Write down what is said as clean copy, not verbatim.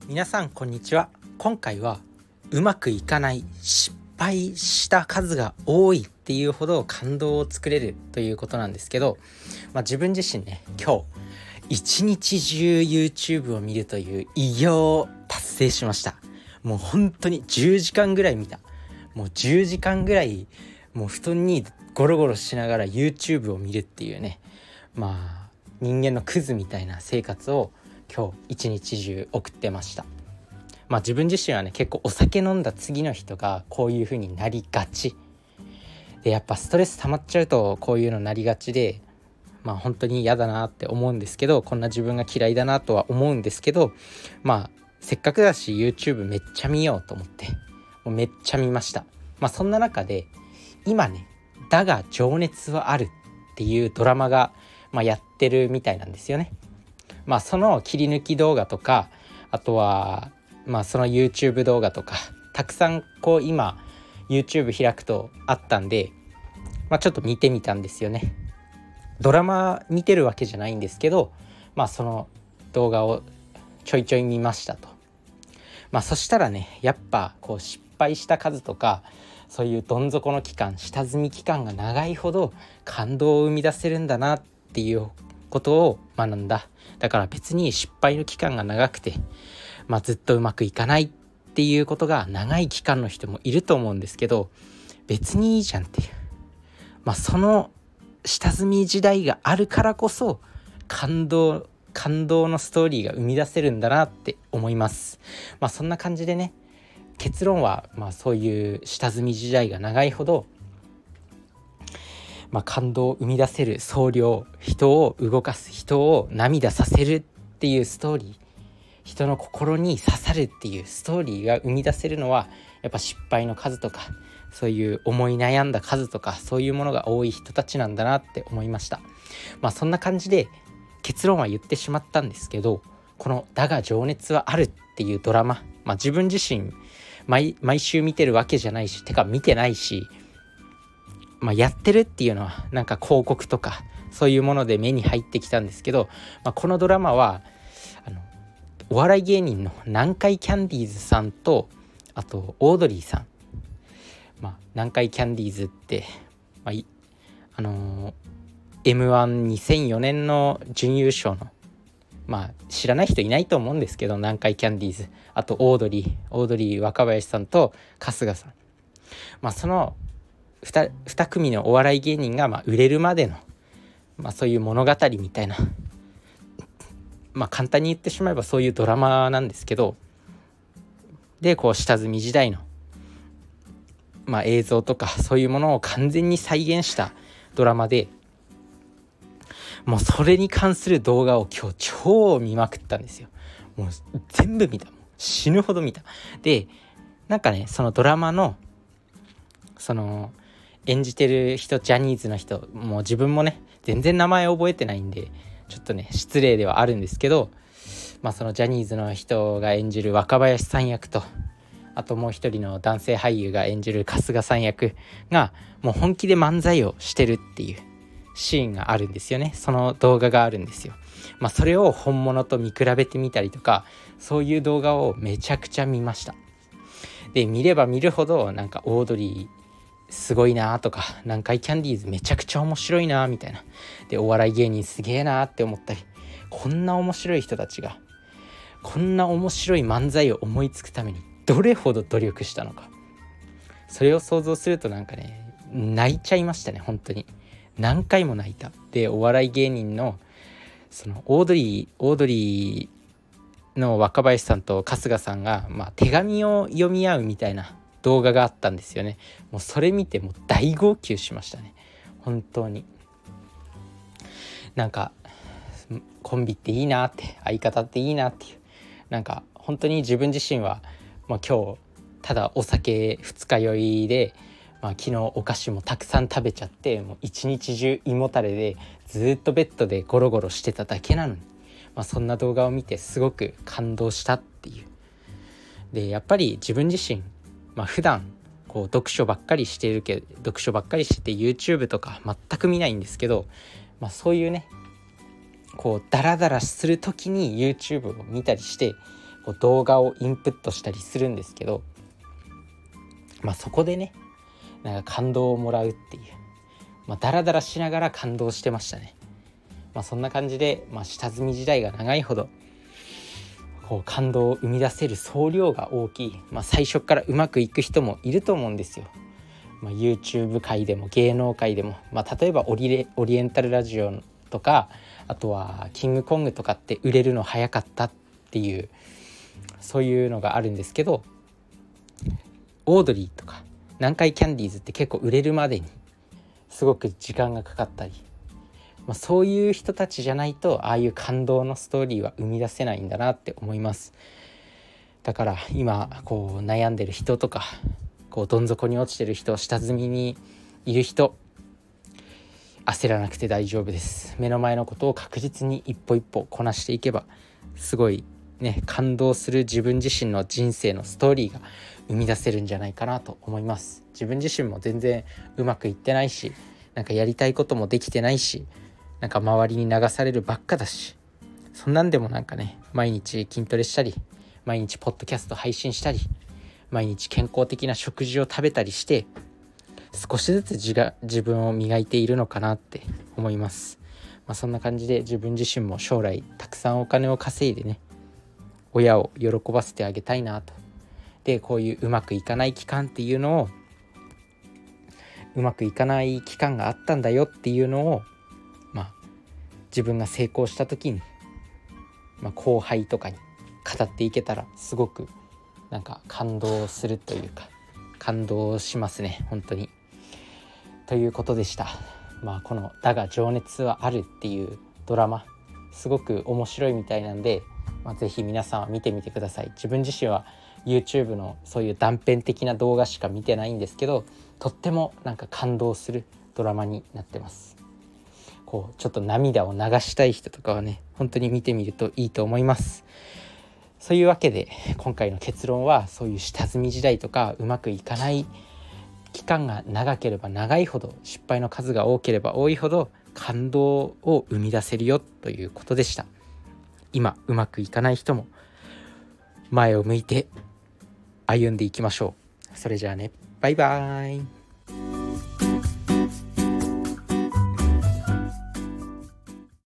皆さんこんにちは。今回はうまくいかない、失敗した数が多いっていうほど感動を作れるということなんですけど、自分自身ね、今日一日中 YouTube を見るという偉業を達成しました。もう本当に10時間ぐらい見た。もう10時間ぐらいもう布団にゴロゴロしながら YouTube を見るっていうね、人間のクズみたいな生活を今日一日中送ってました。自分自身はね、結構お酒飲んだ次の人がこういう風になりがちで、やっぱストレス溜まっちゃうとこういうのなりがちで、本当に嫌だなって思うんですけど、こんな自分が嫌いだなとは思うんですけど、せっかくだし YouTube めっちゃ見ようと思ってもうめっちゃ見ました。そんな中で今ね、だが情熱はあるっていうドラマがやってるみたいなんですよね。その切り抜き動画とか、あとはその YouTube 動画とかたくさん今 YouTube 開くとあったんで、ちょっと見てみたんですよね。ドラマ見てるわけじゃないんですけど、その動画をちょいちょい見ましたと。そしたらね、やっぱ失敗した数とか、そういうどん底の期間、下積み期間が長いほど感動を生み出せるんだなっていうことを学んだ。だから別に失敗の期間が長くて、ずっとうまくいかないっていうことが長い期間の人もいると思うんですけど、別にいいじゃんっていう、その下積み時代があるからこそ感動のストーリーが生み出せるんだなって思います。そんな感じでね、結論はそういう下積み時代が長いほど感動を生み出せる総量、人を動かす、人を涙させるっていうストーリー、人の心に刺さるっていうストーリーが生み出せるのは、やっぱ失敗の数とか、そういう思い悩んだ数とか、そういうものが多い人たちなんだなって思いました。そんな感じで結論は言ってしまったんですけど、このだが情熱はあるっていうドラマ、自分自身毎週見てるわけじゃないし、見てないし、やってるっていうのはなんか広告とかそういうもので目に入ってきたんですけど、このドラマはお笑い芸人の南海キャンディーズさんと、あとオードリーさん、南海キャンディーズって、M12004 年の準優勝の、知らない人いないと思うんですけど、南海キャンディーズ、あとオードリー若林さんと春日さん、その 2組のお笑い芸人が売れるまでの、そういう物語みたいな、簡単に言ってしまえばそういうドラマなんですけど、で下積み時代の、映像とかそういうものを完全に再現したドラマで、もうそれに関する動画を今日超見まくったんですよ。もう全部見た。もう死ぬほど見た。で、そのドラマのその演じてる人、ジャニーズの人、もう自分もね全然名前覚えてないんでちょっとね失礼ではあるんですけど、そのジャニーズの人が演じる若林さん役と、あともう一人の男性俳優が演じる春日さん役がもう本気で漫才をしてるっていうシーンがあるんですよね。その動画があるんですよ。それを本物と見比べてみたりとか、そういう動画をめちゃくちゃ見ました。で、見れば見るほどオードリーすごいなとか、南海キャンディーズめちゃくちゃ面白いなみたいな、でお笑い芸人すげえなって思ったり、こんな面白い人たちがこんな面白い漫才を思いつくためにどれほど努力したのか、それを想像すると泣いちゃいましたね。本当に何回も泣いた。で、お笑い芸人のそのオードリーの若林さんと春日さんが、手紙を読み合うみたいな動画があったんですよね。もうそれ見てもう大号泣しましたね。本当にコンビっていいなって、相方っていいなっていう、本当に自分自身は、今日ただお酒二日酔いで、昨日お菓子もたくさん食べちゃって、もう一日中胃もたれでずっとベッドでゴロゴロしてただけなのに、そんな動画を見てすごく感動したっていう。で、やっぱり自分自身、普段読書ばっかりしてて YouTube とか全く見ないんですけど、そういうねダラダラする時に YouTube を見たりして、 こう動画をインプットしたりするんですけど、そこでねなんか感動をもらうっていう、ダラダラしながら感動してましたね。そんな感じで、下積み時代が長いほどこう感動を生み出せる総量が大きい、最初からうまくいく人もいると思うんですよ。YouTube 界でも芸能界でも、例えばオリエンタルラジオとか、あとはキングコングとかって売れるの早かったっていうそういうのがあるんですけど、オードリーとか南海キャンディーズって結構売れるまでにすごく時間がかかったり、そういう人たちじゃないとああいう感動のストーリーは生み出せないんだなって思います。だから今こう悩んでる人とか、こうどん底に落ちてる人、下積みにいる人、焦らなくて大丈夫です。目の前のことを確実に一歩一歩こなしていけば、すごいね感動する自分自身の人生のストーリーが生み出せるんじゃないかなと思います。自分自身も全然うまくいってないし、なんかやりたいこともできてないし、なんか周りに流されるばっかだし、そんなんでもなんかね毎日筋トレしたり、毎日ポッドキャスト配信したり、毎日健康的な食事を食べたりして、少しずつ自分を磨いているのかなって思います。そんな感じで自分自身も将来たくさんお金を稼いでね、親を喜ばせてあげたいなと。でこういううまくいかない期間っていうのを、うまくいかない期間があったんだよっていうのを、自分が成功した時に、後輩とかに語っていけたらすごくなんか感動するというか、感動しますね本当に。ということでした。このだが情熱はあるっていうドラマすごく面白いみたいなんで、ぜひ皆さんは見てみてください。自分自身は YouTube のそういう断片的な動画しか見てないんですけど、とってもなんか感動するドラマになってます。こうちょっと涙を流したい人とかはね本当に見てみるといいと思います。そういうわけで今回の結論は、そういう下積み時代とかうまくいかない期間が長ければ長いほど、失敗の数が多ければ多いほど感動を生み出せるよということでした。今うまくいかない人も前を向いて歩んでいきましょう。それじゃあね、バイバーイ。